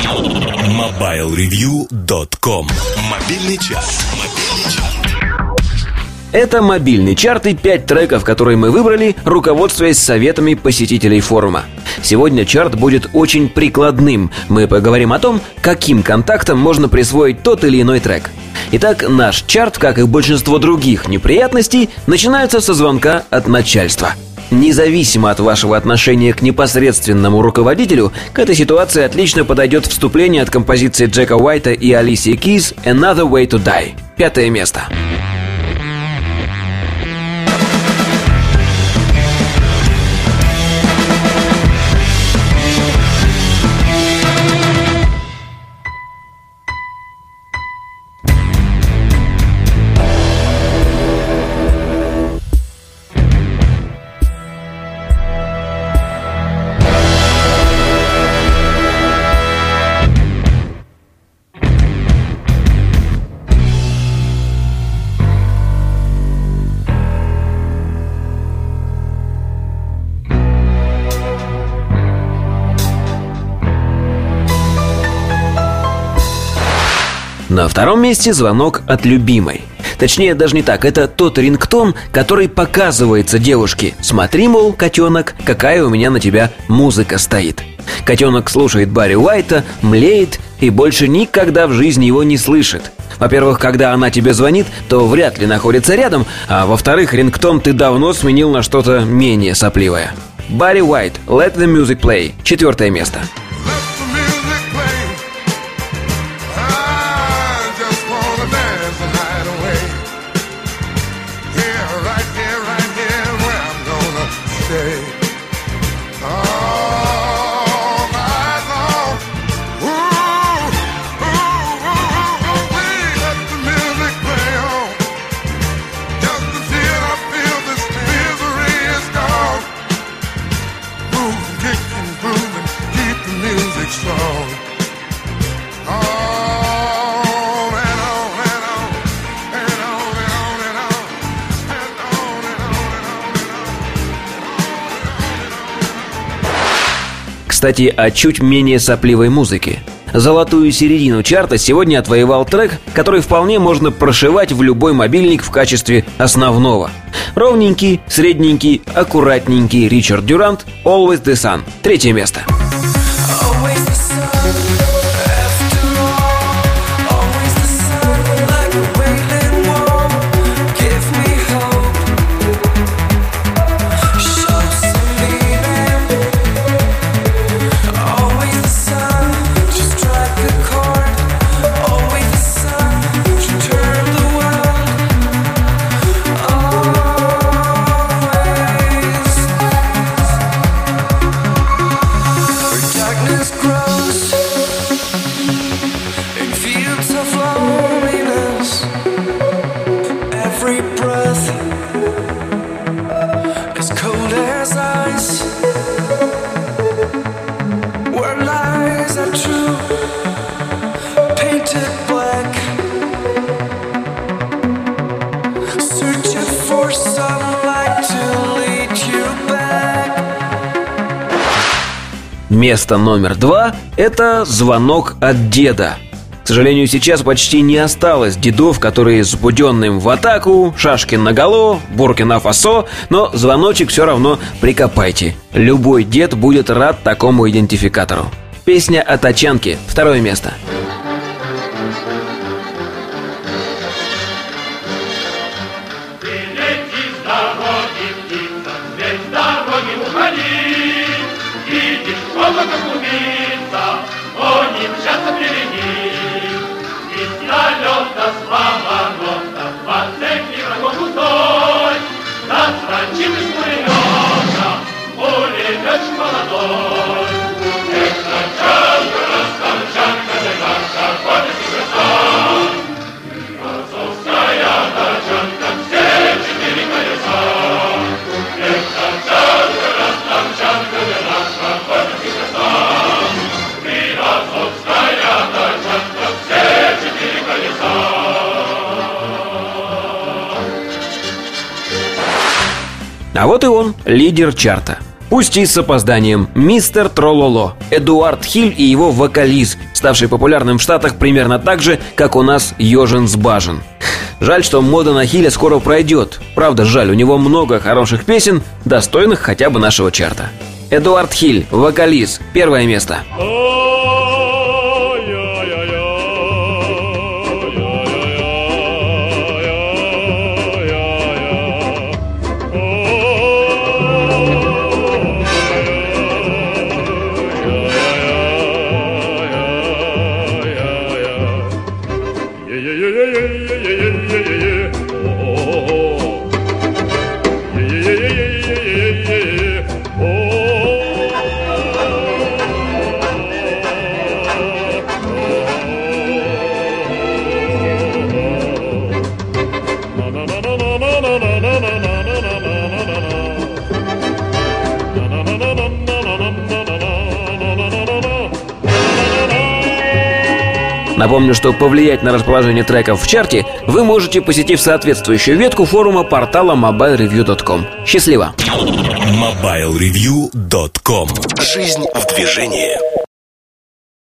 MobileReview.com. Мобильный час. Это мобильный чарт и 5 треков, которые мы выбрали, руководствуясь советами посетителей форума. Сегодня чарт будет очень прикладным. Мы поговорим о том, каким контактам можно присвоить тот или иной трек. Итак, наш чарт, как и большинство других неприятностей, начинается со звонка от начальства. Независимо от вашего отношения к непосредственному руководителю, к этой ситуации отлично подойдет вступление от композиции Джека Уайта и Алисии Кис «Another Way to Die». 5 место. На втором месте звонок от любимой. Точнее, даже не так, это тот рингтон, который показывается девушке. Смотри, мол, котенок, какая у меня на тебя музыка стоит. Котенок слушает Барри Уайта, млеет и больше никогда в жизни его не слышит. Во-первых, когда она тебе звонит, то вряд ли находится рядом, а во-вторых, рингтон ты давно сменил на что-то менее сопливое. Барри Уайт, Let the Music Play, 4 место. Кстати, о чуть менее сопливой музыке. Золотую середину чарта сегодня отвоевал трек, который вполне можно прошивать в любой мобильник в качестве основного. Ровненький, средненький, аккуратненький Ричард Дюрант «Always the Sun», 3 место. Место номер 2 – это звонок от деда. К сожалению, сейчас почти не осталось дедов, которые с Буденным в атаку, шашки наголо, Буркина-Фасо, но звоночек все равно прикопайте. Любой дед будет рад такому идентификатору. Песня от Тачанки, 2 место. А вот и он, лидер чарта. Пусть и с опозданием. Мистер Трололо. Эдуард Хиль и его вокализ, ставший популярным в Штатах примерно так же, как у нас Ёжин с Бажин. Жаль, что мода на Хиля скоро пройдет. Правда, жаль, у него много хороших песен, достойных хотя бы нашего чарта. Эдуард Хиль, вокализ, 1 место. Напомню, что повлиять на расположение треков в чарте вы можете, посетив соответствующую ветку форума портала mobilereview.com. Счастливо! mobilereview.com. Жизнь в движении.